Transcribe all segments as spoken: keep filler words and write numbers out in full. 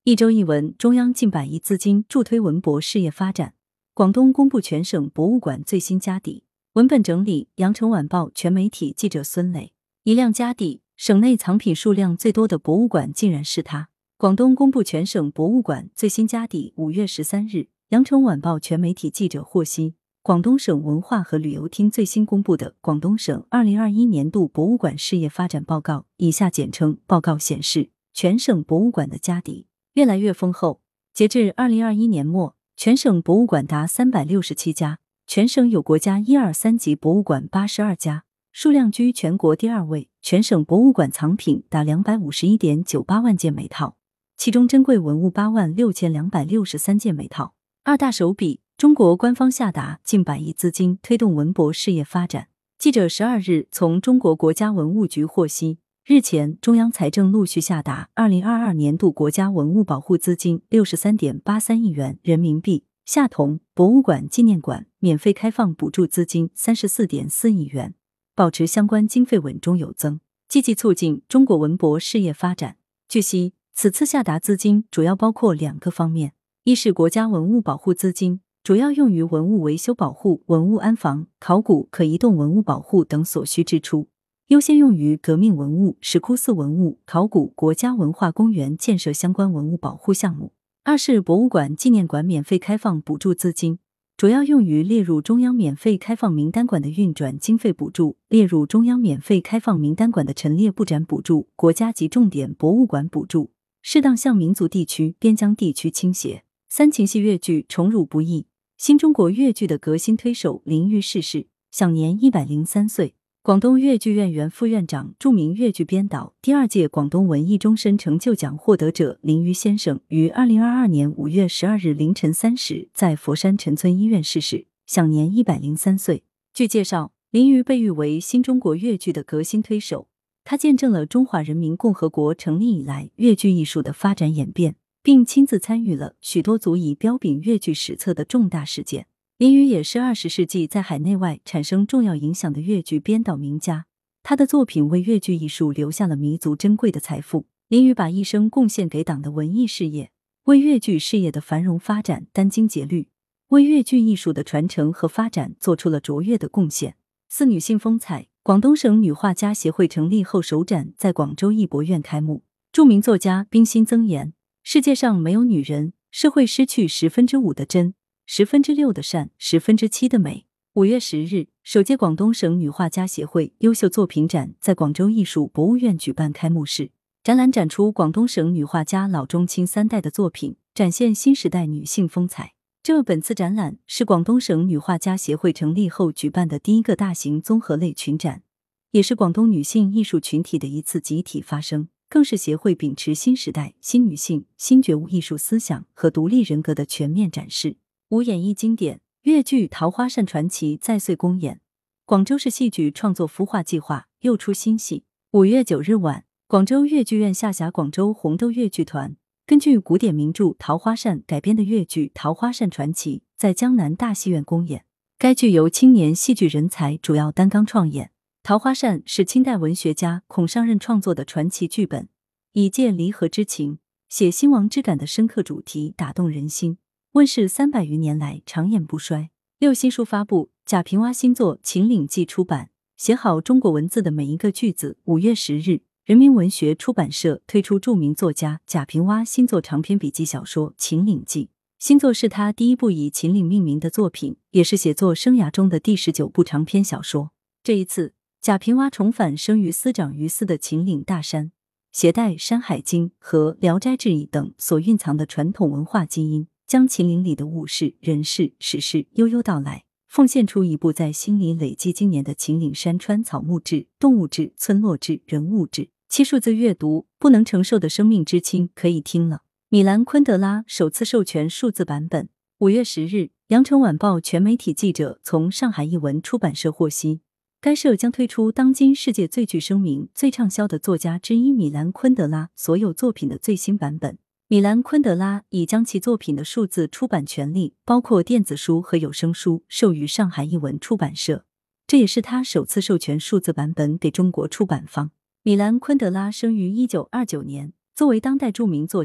一周一文，中央近百亿资金助推文博事业发展。广东公布全省博物馆最新家底。文本整理：羊城晚报全媒体记者孙磊。一亮家底，省内藏品数量最多的博物馆竟然是它。广东公布全省博物馆最新家底。五月十三日，羊城晚报全媒体记者获悉，广东省文化和旅游厅最新公布的广东省二零二一年度博物馆事业发展报告（以下简称报告）显示，全省博物馆的家底越来越丰厚。截至二零二一年末，全省博物馆达三百六十七家，全省有国家一二三级博物馆八十二家，数量居全国第二位。全省博物馆藏品达两百五十一点九八万件每套，其中珍贵文物八万六千两百六十三件每套。二大手笔，中国官方下达近百亿资金推动文博事业发展。记者十二日从中国国家文物局获悉，日前，中央财政陆续下达二零二二年度国家文物保护资金六十三点八三亿元人民币，下同博物馆纪念馆免费开放补助资金三十四点四亿元，保持相关经费稳中有增，积极促进中国文博事业发展。据悉，此次下达资金主要包括两个方面：一是国家文物保护资金，主要用于文物维修保护、文物安防、考古、可移动文物保护等所需支出，优先用于革命文物、石窟寺文物、考古、国家文化公园建设相关文物保护项目。二是博物馆纪念馆免费开放补助资金，主要用于列入中央免费开放名单馆的运转经费补助、列入中央免费开放名单馆的陈列布展补助、国家级重点博物馆补助，适当向民族地区、边疆地区倾斜。三、情系粤剧宠辱不易，新中国粤剧的革新推手林瑜逝世，享年一百零三岁。广东粤剧院原副院长、著名粤剧编导、第二届广东文艺终身成就奖获得者林瑜先生于二零二二年五月十二日凌晨三时在佛山陈村医院逝世，享年一百零三岁。据介绍，林瑜被誉为新中国粤剧的革新推手，他见证了中华人民共和国成立以来粤剧艺术的发展演变，并亲自参与了许多足以标炳粤剧史册的重大事件。林瑜也是二十世纪在海内外产生重要影响的粤剧编导名家，他的作品为粤剧艺术留下了弥足珍贵的财富。林瑜把一生贡献给党的文艺事业，为粤剧事业的繁荣发展殚精竭虑，为粤剧艺术的传承和发展做出了卓越的贡献。四、女性风采。广东省女画家协会成立后首展在广州艺博院开幕。著名作家冰心曾言，世界上没有女人，社会失去十分之五的真，十分之六的善，十分之七的美。五月十日，首届广东省女画家协会优秀作品展在广州艺术博物院举办开幕式。展览展出广东省女画家老中青三代的作品，展现新时代女性风采。这本次展览是广东省女画家协会成立后举办的第一个大型综合类群展，也是广东女性艺术群体的一次集体发声，更是协会秉持新时代、新女性、新觉悟艺术思想和独立人格的全面展示。五、演绎经典，粤剧《桃花扇传奇》再岁公演，广州市戏剧创作孵化计划又出新戏。五月九日晚，广州粤剧院下辖广州红豆粤剧团根据古典名著《桃花扇》改编的粤剧《桃花扇传奇》在江南大戏院公演。该剧由青年戏剧人才主要担纲创演。《桃花扇》是清代文学家孔尚任创作的传奇剧本，以借离合之情，写兴亡之感的深刻主题打动人心，问世三百余年来长演不衰。六、新书发布，贾平凹新作《秦岭记》出版，写好中国文字的每一个句子。五月十日，人民文学出版社推出著名作家贾平凹新作长篇笔记小说《秦岭记》。新作是他第一部以秦岭命名的作品，也是写作生涯中的第十九部长篇小说。这一次，贾平凹重返生于斯长于斯的秦岭大山，携带《山海经》和《聊斋志异》等所蕴藏的传统文化基因，将秦岭里的物事、人事、史事悠悠道来，奉献出一部在心里累积经年的秦岭山川草木志、动物志、村落志、人物志。七、数字阅读，不能承受的生命之轻可以听了。米兰昆德拉首次授权数字版本。五月十日，羊城晚报全媒体记者从上海译文出版社获悉，该社将推出当今世界最具声名、最畅销的作家之一米兰昆德拉所有作品的最新版本。米兰昆德拉已将其作品的数字出版权利，包括电子书和有声书，授予上海译文出版社，这也是他首次授权数字版本给中国出版方。米兰昆德拉生于一九二九年，作为当代著名作家，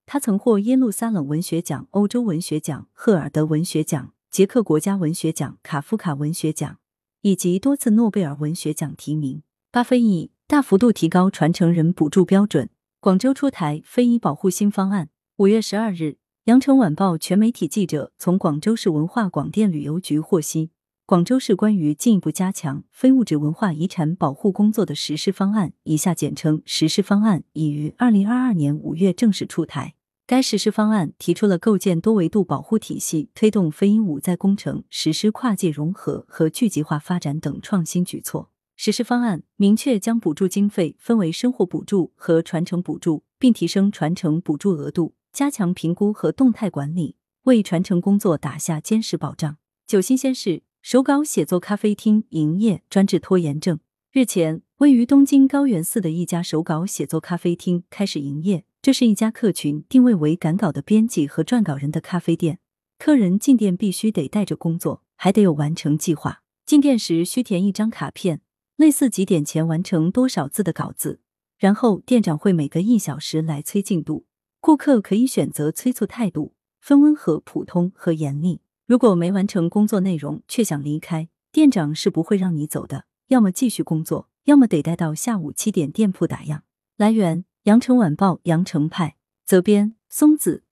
他曾获耶路撒冷文学奖、欧洲文学奖、赫尔德文学奖、捷克国家文学奖、卡夫卡文学奖以及多次诺贝尔文学奖提名。八非遗大幅度提高传承人补助标准，广州出台非遗保护新方案。五月十二日，羊城晚报全媒体记者从广州市文化广电旅游局获悉，广州市关于进一步加强非物质文化遗产保护工作的实施方案（以下简称实施方案）已于二零二二年五月正式出台。该实施方案提出了构建多维度保护体系、推动非遗五再工程、实施跨界融合和聚集化发展等创新举措。实施方案明确将补助经费分为生活补助和传承补助，并提升传承补助额度，加强评估和动态管理，为传承工作打下坚实保障。九新鲜事，手稿写作咖啡厅营业专治拖延症。日前，位于东京高圆寺的一家手稿写作咖啡厅开始营业。这是一家客群定位为赶稿的编辑和撰稿人的咖啡店，客人进店必须得带着工作，还得有完成计划。进店时需填一张卡片，类似几点前完成多少字的稿子，然后店长会每隔一小时来催进度，顾客可以选择催促态度，分温和、普通和严厉。如果没完成工作内容却想离开，店长是不会让你走的，要么继续工作，要么得待到下午七点店铺打烊。来源：羊城晚报羊城派，责编：松子。